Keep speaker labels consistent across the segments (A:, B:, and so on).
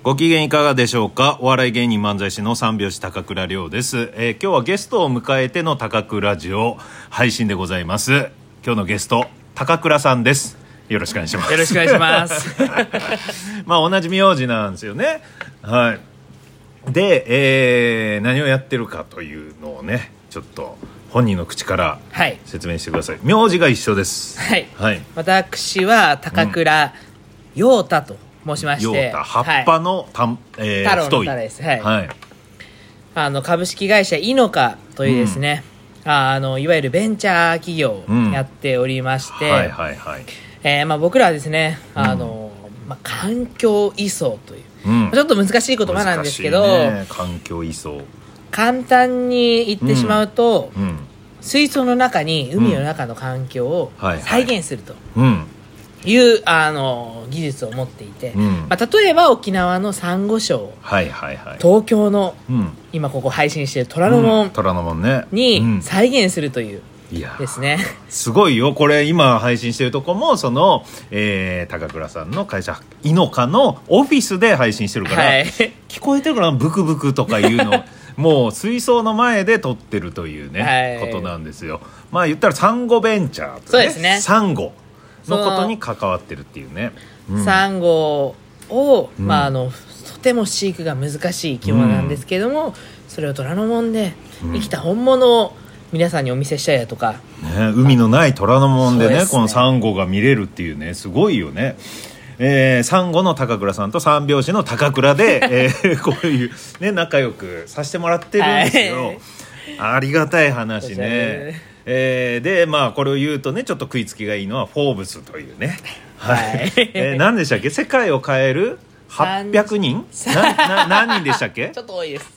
A: ご機嫌いかがでしょうか。お笑い芸人漫才師の三拍子高倉涼です。今日はゲストを迎えての高倉ラジオ配信でございます。今日のゲスト高倉さんです。よろしくお願いします。
B: よろしくお願いします
A: まあ同じ名字なんですよね。はい。で、何をやってるかというのをね、ちょっと本人の口から説明してください。名字が一緒です。
B: はい、はい、私は高倉陽太と申しまして、
A: 葉っぱの
B: 太郎の太です。はい、はい、株式会社イノカというですね、いわゆるベンチャー企業をやっておりまして、はいはいはい、僕らはですね、環境移送という、ちょっと難しい言葉なんですけど、
A: ね、環境移送
B: 簡単に言ってしまうと、水槽の中に海の中の環境を再現するという、技術を持っていて、例えば沖縄のサンゴ礁、東京の、今ここ配信している虎ノ門に再現するというですね。
A: すごいよこれ。今配信してるとこもその、高倉さんの会社イノカのオフィスで配信してるから、聞こえてるかな、ブクブクとかいうのもう水槽の前で撮ってるというね、ことなんですよ。まあ言ったらサンゴベンチャーと、
B: そうですね、
A: サンゴのことに関わってるっていうね、
B: サンゴを、とても飼育が難しい生き物なんですけども、それを虎ノ門で生きた本物を皆さんにお見せしたりだとか、
A: 海のない虎ノ門でね、このサンゴが見れるっていうね、すごいよね。サンゴの高倉さんと三拍子の高倉で、こういう、ね、仲良くさせてもらってるんですよ。ありがたい話ね。でこれを言うとね、ちょっと食いつきがいいのはフォーブスというね、何でしたっけ、世界を変える800人何人でしたっけ。
B: ちょっと多いです。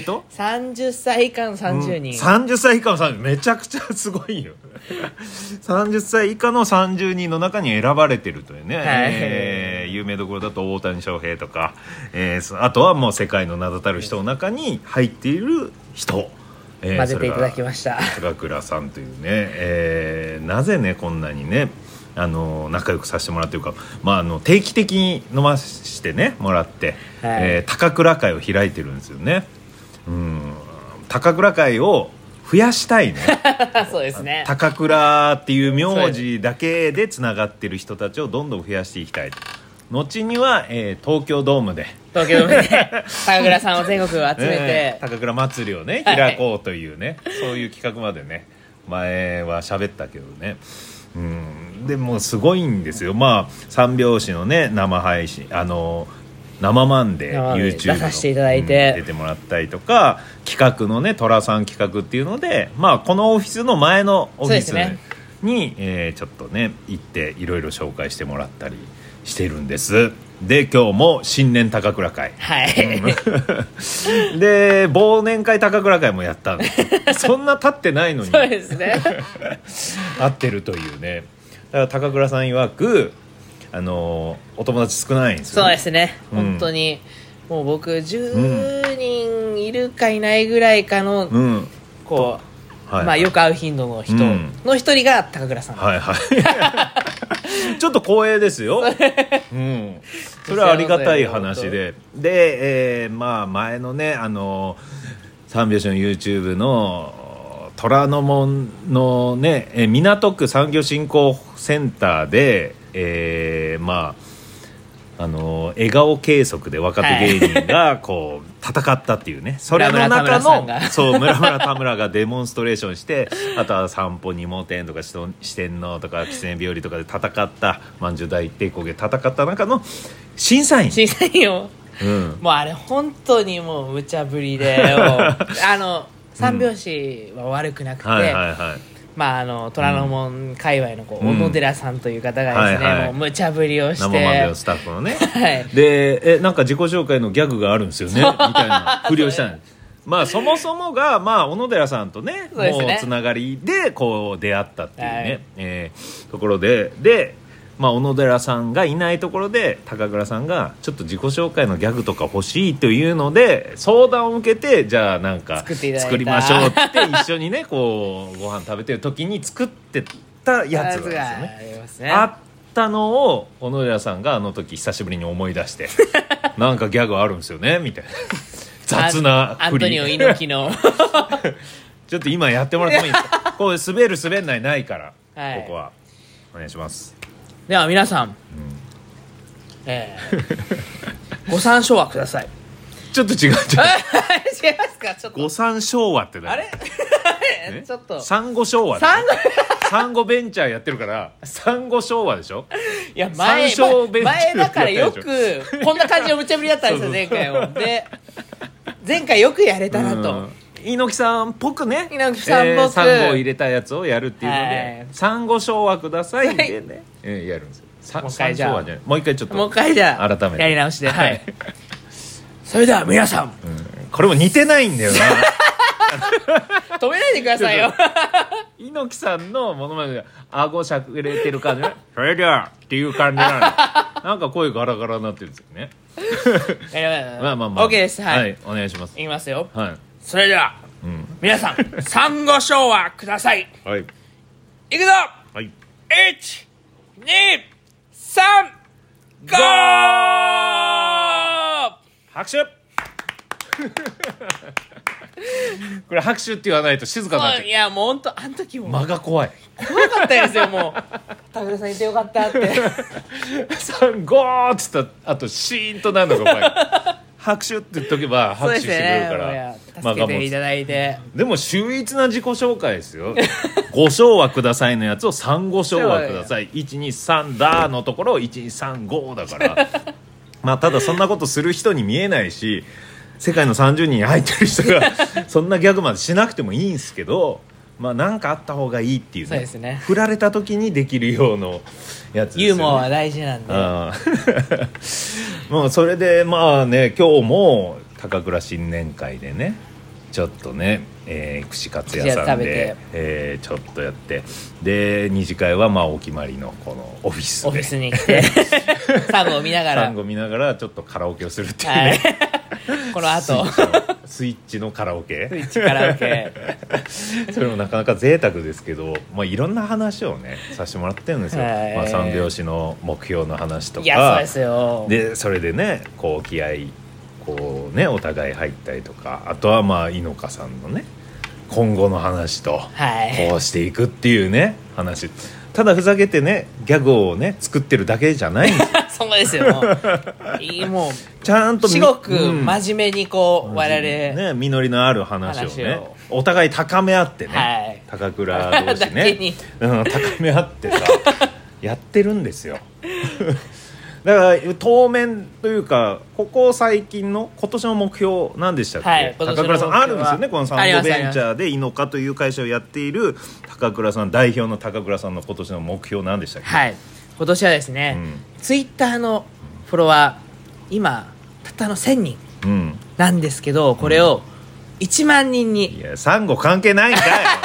A: 30
B: 歳以下の30人、
A: 30歳以下の30人、めちゃくちゃすごいよ30歳以下の30人の中に選ばれてるというね、有名どころだと大谷翔平とか、あとはもう世界の名だたる人の中に入っている人、
B: 混ぜていただきました。
A: 高倉さんというね、なぜねこんなにね仲良くさせてもらってるか、定期的に飲ましてねもらって、高倉会を開いてるんですよね。高倉会を増やしたいね
B: そうですね。
A: 高倉っていう名字だけでつながってる人たちをどんどん増やしていきたい。後には、東京ドームで
B: 高倉さんを全国を集めて、
A: 高倉祭りをね開こうというね、そういう企画までね前は喋ったけどね。でもすごいんですよ。三拍子のね生配信、生マンで YouTube の
B: 出させていただいて、
A: 出てもらったりとか、企画のね寅さん企画っていうので、このオフィスの前のオフィスに、ちょっとね行っていろいろ紹介してもらったりしてるんです。で今日も新年高倉会、で忘年会高倉会もやったんでそんな経ってないのに
B: そうですね
A: 合ってるというね。だから高倉さん曰くお友達少ないんですよ、
B: そうですね、本当にもう僕10人いるかいないぐらいかの、こうよく会う頻度の人の一人が高倉さん、
A: ちょっと光栄ですよそれはありがたい話で。で、前のね三拍子の YouTube の虎ノ門のね、港区産業振興センターで、笑顔計測で若手芸人がこう戦ったっていうね、それの中の村村田村がデモンストレーションして、あとは散歩2号店とか四天王とか狐日和とかで戦った、まんじゅう大帝国で戦った中の審査員
B: を、もうあれ本当にもう無茶ぶりで三拍子は悪くなくて、虎ノ門界隈の小野寺さんという方がですね、もう無茶ぶりをして、
A: 生豆のスタッフのね、でなんか自己紹介のギャグがあるんですよねみたいなふりをしたんです。そもそもが小野寺さんとねもうつながりでこう出会ったっていうね、ところで小野寺さんがいないところで高倉さんがちょっと自己紹介のギャグとか欲しいというので相談を受けて、じゃあなんか作りましょうって一緒にねこうご飯食べてる時に作ってたやつなんですよね。あったのを小野寺さんがあの時久しぶりに思い出してなんかギャグあるんですよねみたいな雑な
B: アントニオ猪木の
A: ちょっと今やってもらってもいいですかこう滑る滑んないから、はい、ここはお願いします。
B: では皆さん、ご参照はください。
A: ちょっと違う違います
B: か。ちょっと
A: ご参照はって
B: あれちょっと
A: 産後昭和産後ベンチャーやってるから産後昭和でしょ。
B: いや前だからよくこんな感じの無茶ぶりだったんですよ前回も。で前回よくやれたなと、
A: 猪木さんっぽくね、
B: 猪木さんっぽく、
A: 産後を入れたやつをやるっていうので、産後昭和くださいでね、やるんですよ。もう一回じゃあもう一回ちょっと
B: もう一回じゃあ
A: 改めて
B: やり直しで、はい、それでは皆さん、
A: これも似てないんだよな
B: 止めないでくださいよ
A: 猪木さんのものまねで顎しゃくれてる感じねそれではっていう感じなのなんか声ガラガラになってるんですよねまあOK
B: です。はい、
A: お願いします。
B: いきますよ。
A: はい、
B: それでは、皆さん産後昭和ください。
A: はい、
B: いくぞ、
A: はい、
B: 1、2、3、ゴー。
A: 拍手これ拍手って言わないと静かになっちゃう。
B: いやもう本当あの時も
A: 間が怖か
B: ったですよ。もう武田さんいてよかったって
A: ゴーって言ったあとシーンとなるのが怖い拍手って言っとけば拍手してくれるから、
B: ね、助けていただいて。
A: でも秀逸な自己紹介ですよご昭和くださいのやつを産後昭和ください123だのところを1235だからまあただそんなことする人に見えないし世界の30人に入ってる人がそんなギャグまでしなくてもいいんですけど、まあ何かあった方がいいっていう
B: そうですね、
A: 振られた時にできるようなやつですよね。
B: ユーモアは大事なんで
A: もうそれでまあね今日も高倉新年会でねちょっとね、串カツ屋さんで、ちょっとやってで二次会はまあお決まりのこのオフィス
B: に来てサンゴを見なが
A: らちょっとカラオケをするっていうね、はい
B: この後
A: スイッチのカラオケ
B: そ
A: れもなかなか贅沢ですけど、まあ、いろんな話をねさせてもらってるんですよ、まあ、三拍子の目標の話とか。
B: いやそうですよ。
A: でそれでねこう気合いこうねお互い入ったりとか、あとはまあ猪鹿さんのね今後の話と、こうしていくっていうね話。ただふざけてねギャグをね作ってるだけじゃないんですよ
B: そうですよもう
A: ちゃんと
B: すごく真面目にこう、我々
A: ね実りのある話をねお互い高め合ってね、高倉同士ね高め合ってさやってるんですよだから当面というかここ最近の今年の目標何でしたっけ、高倉さんあるんですよね。このサンゴベンチャーで猪鹿という会社をやっている高倉さん、代表の高倉さんの今年の目標何でしたっけ。
B: 今年はですね、ツイッターのフォロワー今たったの1000人なんですけど、これを1万人に、
A: いやサンゴ関係ないんかい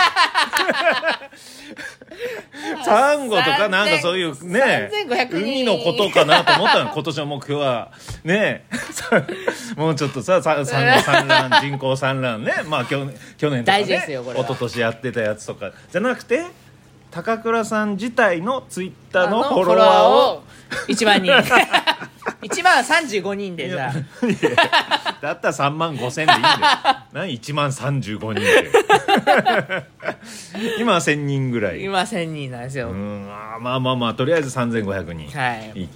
A: サンゴとかなんかそういうね海のことかなと思ったの今年の目標はねもうちょっとさサンゴ産卵人口産卵ね、まあ去年とかね一昨年やってたやつとかじゃなくて高倉さん自体のツイッターのフォロワーを
B: 1万人1万35人でじゃあ
A: だったら3万5千でいいんだよ何1万35人で今は1000人ぐらい
B: 今1000人なんですよ。
A: まあとりあえず3500人行って、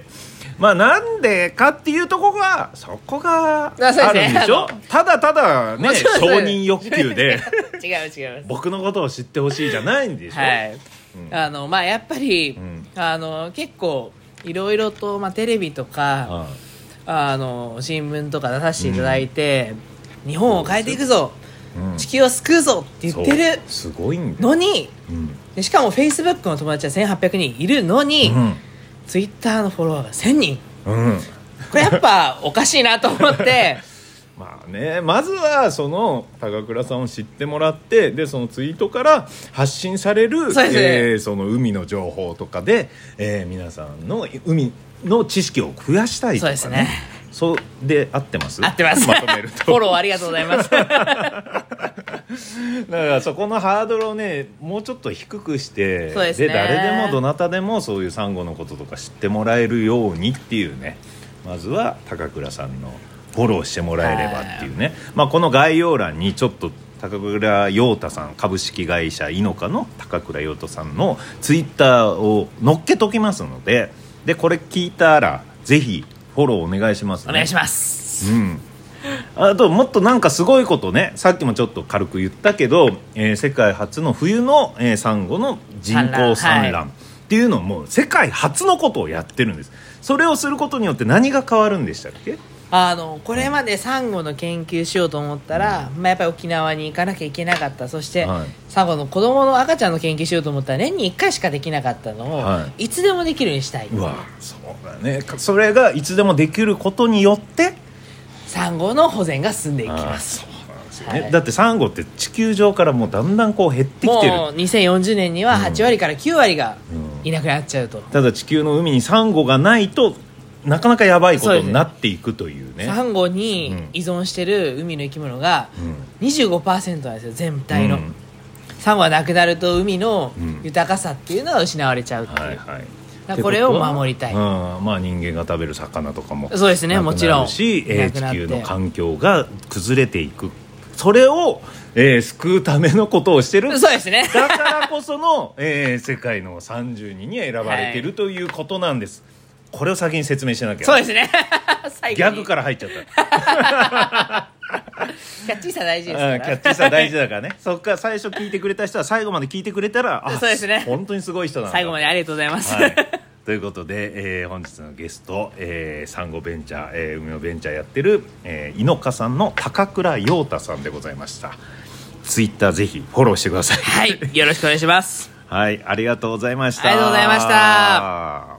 A: まあなんでかっていうとこがそこがあるんでしょ。ただね承認欲求で
B: 違う
A: 僕のことを知ってほしいじゃないんでしょ。
B: まあやっぱり、結構いろいろと、まあ、テレビとか新聞とか出させていただいて、日本を変えていくぞ、地球を救うぞって言ってるのに、でしかもフェイスブックの友達は1800人いるのに、ツイッターのフォロワーが1000人、これやっぱおかしいなと思って
A: まあね、まずはその高倉さんを知ってもらって、でそのツイートから発信されるその海の情報とかで、皆さんの海の知識を増やしたいとかね。そうですね。そうで合ってます？
B: 合ってます。
A: まとめると
B: フォローありがとうございますだ
A: からそこのハードルをねもうちょっと低くして、
B: そうですね、
A: で誰でもどなたでもそういうサンゴのこととか知ってもらえるようにっていうねまずは高倉さんのフォローしてもらえればっていうね、この概要欄にちょっと高倉陽太さん、株式会社イノカの高倉陽太さんのツイッターを載っけときますので、これ聞いたらぜひフォローお願いしますね。
B: お願いします。
A: あともっとなんかすごいことね、さっきもちょっと軽く言ったけど、世界初の冬の、サンゴの人工産卵っていうのも世界初のことをやってるんです。それをすることによって何が変わるんでしたっけ？
B: これまでサンゴの研究しようと思ったら、やっぱり沖縄に行かなきゃいけなかった。そして、サンゴの子供の赤ちゃんの研究しようと思ったら年に1回しかできなかったのを、いつでもできるようにしたい。
A: そうだね。それがいつでもできることによって
B: サンゴの保全が進んでいきます。
A: そうなんですよね。だってサンゴって地球上からもうだんだんこう減ってきてる。
B: もう2040年には8割から9割がいなくなっちゃうと。
A: ただ地球の海にサンゴがないとなかなかやばいことになっていくというね。
B: サンゴに依存してる海の生き物が 25% なんですよ、全体の。サンゴがなくなると海の豊かさっていうのは失われちゃうっていう、これを守りたい。
A: 人間が食べる魚とかも
B: そうですね、もちろん
A: し、地球の環境が崩れていく、それを、救うためのことをしてる。
B: そうですね。
A: だからこその、世界の30人に選ばれているということなんです。これを先に説明しなきゃ。
B: そうですね。
A: ギャグから入っちゃった。
B: キャッチーさ大事ですから。
A: キャッチーさ大事だからね。そっから最初聞いてくれた人は最後まで聞いてくれたら、
B: そうですね、
A: 本当にすごい人なんだ。
B: 最後までありがとうございます。
A: ということで、本日のゲスト、サンゴベンチャー、海のベンチャーやってる、イノカさんの高倉陽太さんでございました。ツイッターぜひフォローしてください。
B: はい、よろしくお願いします。
A: はい、ありがとうございました。
B: ありがとうございました。